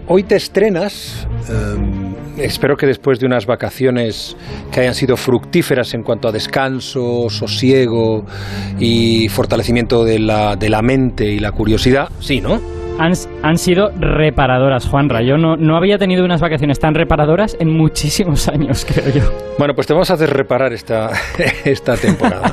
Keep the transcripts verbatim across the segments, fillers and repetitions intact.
hoy te estrenas, eh, espero que después de unas vacaciones que hayan sido fructíferas en cuanto a descanso, sosiego y fortalecimiento de la, de la mente y la curiosidad, sí, ¿no? Han, han sido reparadoras, Juanra. Yo no, no había tenido unas vacaciones tan reparadoras en muchísimos años, creo yo. Bueno, pues te vamos a hacer reparar esta, esta temporada.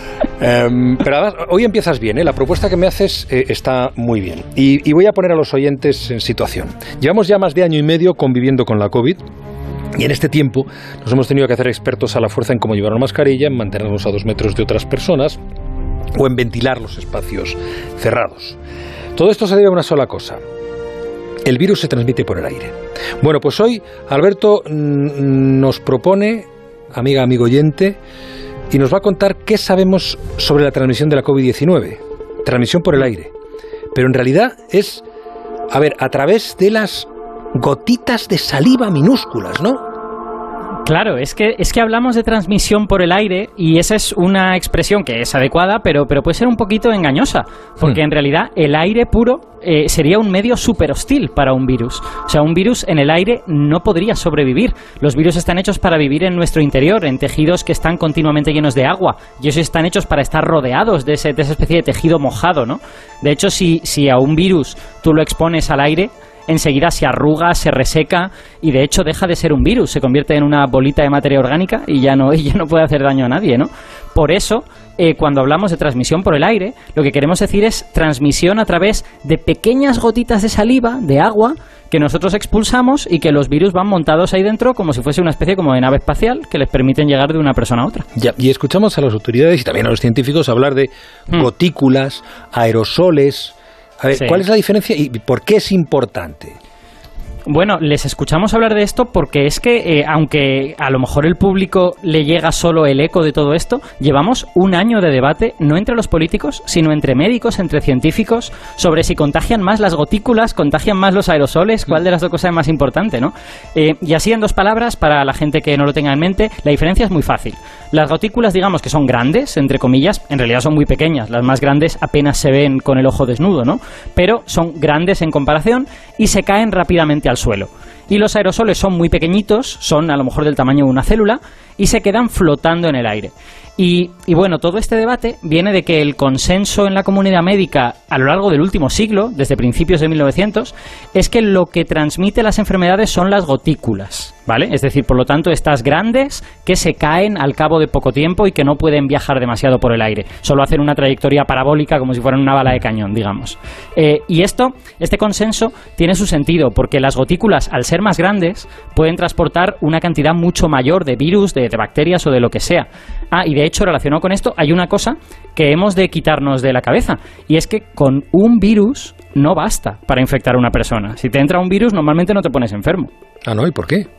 Um, pero además, hoy empiezas bien, ¿eh? La propuesta que me haces eh, está muy bien. Y, y voy a poner a los oyentes en situación. Llevamos ya más de año y medio conviviendo con la COVID. Y en este tiempo nos hemos tenido que hacer expertos a la fuerza en cómo llevar una mascarilla, en mantenernos a dos metros de otras personas o en ventilar los espacios cerrados. Todo esto se debe a una sola cosa. El virus se transmite por el aire. Bueno, pues hoy Alberto mmm, nos propone, amiga, amigo oyente, y nos va a contar qué sabemos sobre la transmisión de la COVID diecinueve. Transmisión por el aire. Pero en realidad es, a ver, a través de las gotitas de saliva minúsculas, ¿no? Claro, es que, es que hablamos de transmisión por el aire y esa es una expresión que es adecuada, pero, pero puede ser un poquito engañosa, porque hmm. en realidad el aire puro eh, sería un medio súper hostil para un virus. O sea, un virus en el aire no podría sobrevivir. Los virus están hechos para vivir en nuestro interior, en tejidos que están continuamente llenos de agua, y esos están hechos para estar rodeados de, ese, de esa especie de tejido mojado, ¿no? De hecho, si, si a un virus tú lo expones al aire, enseguida se arruga, se reseca y de hecho deja de ser un virus, se convierte en una bolita de materia orgánica y ya no, y ya no puede hacer daño a nadie, ¿no? Por eso, eh, cuando hablamos de transmisión por el aire, lo que queremos decir es transmisión a través de pequeñas gotitas de saliva, de agua, que nosotros expulsamos y que los virus van montados ahí dentro como si fuese una especie como de nave espacial que les permiten llegar de una persona a otra. Ya, y escuchamos a las autoridades y también a los científicos hablar de mm. gotículas, aerosoles. A ver, sí. ¿Cuál es la diferencia y por qué es importante? Bueno, les escuchamos hablar de esto porque es que, eh, aunque a lo mejor el público le llega solo el eco de todo esto, llevamos un año de debate, no entre los políticos, sino entre médicos, entre científicos, sobre si contagian más las gotículas, contagian más los aerosoles, cuál de las dos cosas es más importante, ¿no? Eh, y así en dos palabras, para la gente que no lo tenga en mente, la diferencia es muy fácil. Las gotículas, digamos que son grandes, entre comillas, en realidad son muy pequeñas, las más grandes apenas se ven con el ojo desnudo, ¿no? Pero son grandes en comparación y se caen rápidamente al suelo. Y los aerosoles son muy pequeñitos, son a lo mejor del tamaño de una célula y se quedan flotando en el aire. Y, y bueno, todo este debate viene de que el consenso en la comunidad médica a lo largo del último siglo, desde principios de mil novecientos, es que lo que transmite las enfermedades son las gotículas, ¿vale? Es decir, por lo tanto, estas grandes que se caen al cabo de poco tiempo y que no pueden viajar demasiado por el aire. Solo hacen una trayectoria parabólica como si fueran una bala de cañón, digamos. Eh, y esto, este consenso tiene su sentido, porque las gotículas, al ser más grandes, pueden transportar una cantidad mucho mayor de virus, de, de bacterias o de lo que sea. Ah, y de hecho, relacionado con esto, hay una cosa que hemos de quitarnos de la cabeza, y es que con un virus no basta para infectar a una persona. Si te entra un virus, normalmente no te pones enfermo. Ah, ¿no? ¿Y por qué?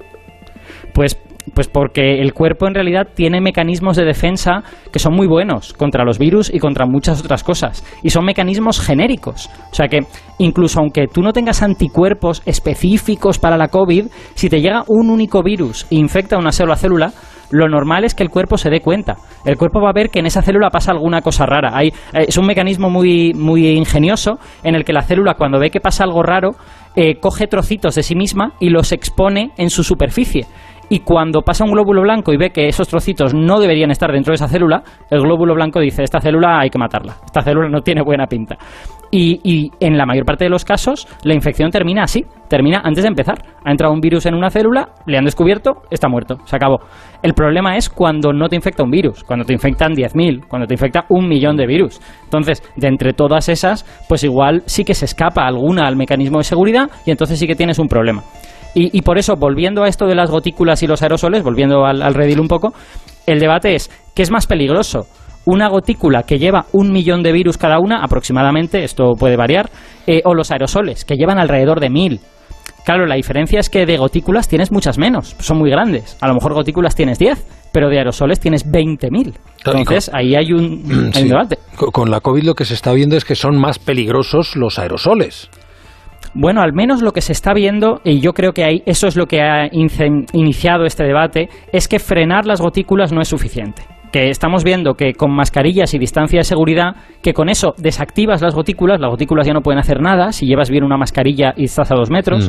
Pues, pues porque el cuerpo en realidad tiene mecanismos de defensa que son muy buenos contra los virus y contra muchas otras cosas. Y son mecanismos genéricos. O sea que incluso aunque tú no tengas anticuerpos específicos para la COVID, si te llega un único virus e infecta una sola célula, lo normal es que el cuerpo se dé cuenta. El cuerpo va a ver que en esa célula pasa alguna cosa rara. Hay, eh, es un mecanismo muy, muy ingenioso en el que la célula, cuando ve que pasa algo raro, eh, coge trocitos de sí misma y los expone en su superficie. Y cuando pasa un glóbulo blanco y ve que esos trocitos no deberían estar dentro de esa célula, el glóbulo blanco dice, esta célula hay que matarla, esta célula no tiene buena pinta. Y, y en la mayor parte de los casos, la infección termina así, termina antes de empezar. Ha entrado un virus en una célula, le han descubierto, está muerto, se acabó. El problema es cuando no te infecta un virus, cuando te infectan diez mil, cuando te infecta un millón de virus. Entonces, de entre todas esas, pues igual sí que se escapa alguna al mecanismo de seguridad y entonces sí que tienes un problema. Y, y por eso, volviendo a esto de las gotículas y los aerosoles, volviendo al, al redil un poco, el debate es, ¿qué es más peligroso? Una gotícula que lleva un millón de virus cada una, aproximadamente, esto puede variar, eh, o los aerosoles, que llevan alrededor de mil. Claro, la diferencia es que de gotículas tienes muchas menos, son muy grandes. A lo mejor gotículas tienes diez, pero de aerosoles tienes veinte mil. Entonces, ahí hay un, hay sí. un debate. Con la COVID lo que se está viendo es que son más peligrosos los aerosoles. Bueno, al menos lo que se está viendo, y yo creo que ahí eso es lo que ha iniciado este debate, es que frenar las gotículas no es suficiente. Que estamos viendo que con mascarillas y distancia de seguridad, que con eso desactivas las gotículas, las gotículas ya no pueden hacer nada si llevas bien una mascarilla y estás a dos metros, mm.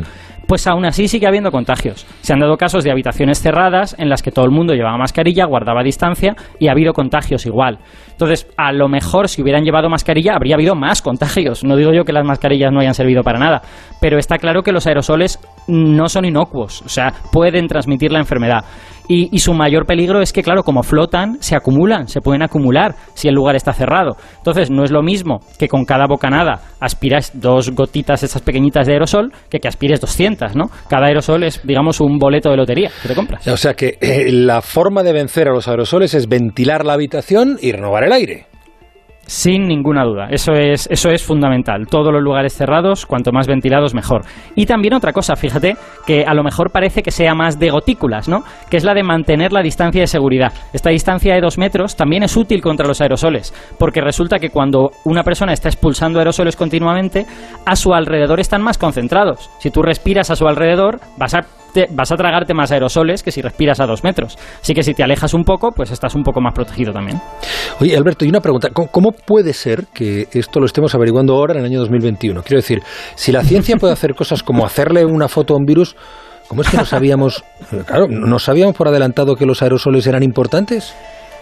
pues aún así sigue habiendo contagios. Se han dado casos de habitaciones cerradas en las que todo el mundo llevaba mascarilla, guardaba distancia y ha habido contagios igual. Entonces, a lo mejor si hubieran llevado mascarilla habría habido más contagios. No digo yo que las mascarillas no hayan servido para nada, pero está claro que los aerosoles no son inocuos, o sea, pueden transmitir la enfermedad. Y, y su mayor peligro es que, claro, como flotan, se acumulan, se pueden acumular si el lugar está cerrado. Entonces, no es lo mismo que con cada bocanada aspiras dos gotitas, esas pequeñitas de aerosol, que que aspires doscientas, ¿no? Cada aerosol es, digamos, un boleto de lotería que te compras. O sea que eh, la forma de vencer a los aerosoles es ventilar la habitación y renovar el aire. Sin ninguna duda, eso es, eso es fundamental. Todos los lugares cerrados, cuanto más ventilados, mejor. Y también otra cosa, fíjate, que a lo mejor parece que sea más de gotículas, ¿no? Que es la de mantener la distancia de seguridad. Esta distancia de dos metros también es útil contra los aerosoles, porque resulta que cuando una persona está expulsando aerosoles continuamente, a su alrededor están más concentrados. Si tú respiras a su alrededor, vas a Te, vas a tragarte más aerosoles que si respiras a dos metros. Así que si te alejas un poco, pues estás un poco más protegido también. Oye, Alberto, y una pregunta. ¿Cómo, cómo puede ser que esto lo estemos averiguando ahora en el año dos mil veintiuno? Quiero decir, si la ciencia puede hacer cosas como hacerle una foto a un virus, ¿cómo es que no sabíamos, claro, no sabíamos por adelantado que los aerosoles eran importantes?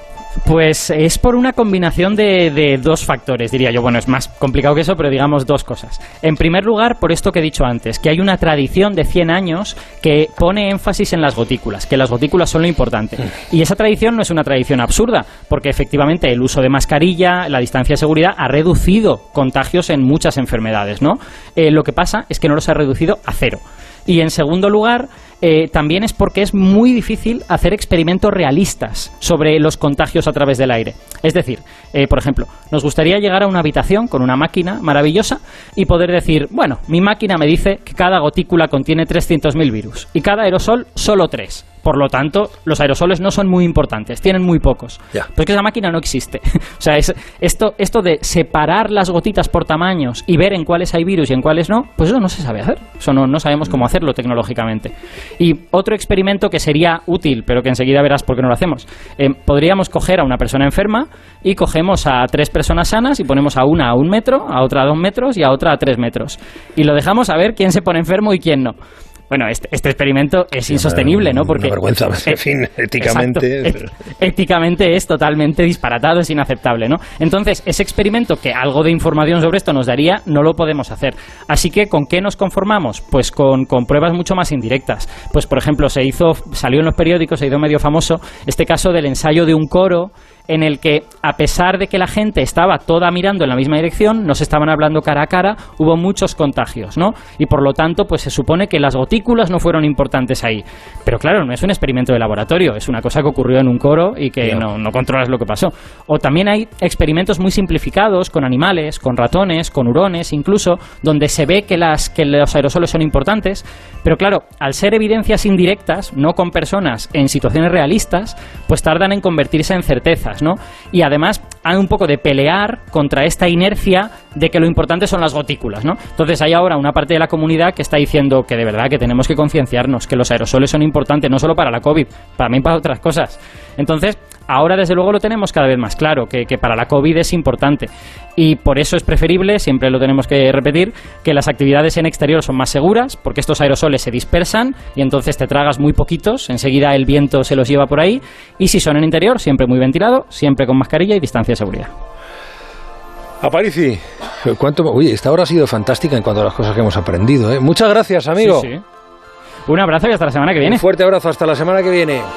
Pues es por una combinación de, de dos factores, diría yo. Bueno, es más complicado que eso, pero digamos dos cosas. En primer lugar, por esto que he dicho antes, que hay una tradición de cien años que pone énfasis en las gotículas, que las gotículas son lo importante. Y esa tradición no es una tradición absurda, porque efectivamente el uso de mascarilla, la distancia de seguridad, ha reducido contagios en muchas enfermedades, ¿no? Eh, lo que pasa es que no los ha reducido a cero. Y en segundo lugar, eh, también es porque es muy difícil hacer experimentos realistas sobre los contagios a través del aire. Es decir, eh, por ejemplo, nos gustaría llegar a una habitación con una máquina maravillosa y poder decir, bueno, mi máquina me dice que cada gotícula contiene trescientos mil virus y cada aerosol solo tres. Por lo tanto, los aerosoles no son muy importantes, tienen muy pocos. Ya. Pero es que esa máquina no existe. O sea, es, esto, esto de separar las gotitas por tamaños y ver en cuáles hay virus y en cuáles no, pues eso no se sabe hacer. Eso no, no sabemos cómo hacerlo tecnológicamente. Y otro experimento que sería útil, pero que enseguida verás por qué no lo hacemos. Eh, podríamos coger a una persona enferma y cogemos a tres personas sanas y ponemos a una a un metro, a otra a dos metros y a otra a tres metros. Y lo dejamos a ver quién se pone enfermo y quién no. Bueno, este, este experimento es sí, insostenible, ¿no? Porque una vergüenza, en fin, éticamente... Exacto, éticamente es totalmente disparatado, es inaceptable, ¿no? Entonces, ese experimento que algo de información sobre esto nos daría, no lo podemos hacer. Así que, ¿con qué nos conformamos? Pues con, con pruebas mucho más indirectas. Pues, por ejemplo, se hizo, salió en los periódicos, se hizo medio famoso, este caso del ensayo de un coro en el que, a pesar de que la gente estaba toda mirando en la misma dirección, no se estaban hablando cara a cara, hubo muchos contagios, ¿no? Y por lo tanto, pues se supone que las gotículas no fueron importantes ahí. Pero claro, no es un experimento de laboratorio, es una cosa que ocurrió en un coro y que yeah. no, no controlas lo que pasó. O también hay experimentos muy simplificados con animales, con ratones, con hurones incluso, donde se ve que, las, que los aerosoles son importantes, pero claro, al ser evidencias indirectas, no con personas en situaciones realistas, pues tardan en convertirse en certezas, ¿no? Y además hay un poco de pelear contra esta inercia de que lo importante son las gotículas, ¿no? Entonces hay ahora una parte de la comunidad que está diciendo que de verdad que tenemos que concienciarnos, que los aerosoles son importantes no solo para la COVID, también para otras cosas. Entonces, ahora desde luego lo tenemos cada vez más claro, que, que para la COVID es importante. Y por eso es preferible, siempre lo tenemos que repetir, que las actividades en exterior son más seguras, porque estos aerosoles se dispersan y entonces te tragas muy poquitos, enseguida el viento se los lleva por ahí, y si son en interior, siempre muy ventilado, siempre con mascarilla y distancia de seguridad. Aparici, ¿cuánto? Oye, esta hora ha sido fantástica en cuanto a las cosas que hemos aprendido, ¿eh? Muchas gracias, amigo. Sí, sí. Un abrazo y hasta la semana que viene. Un fuerte abrazo, hasta la semana que viene.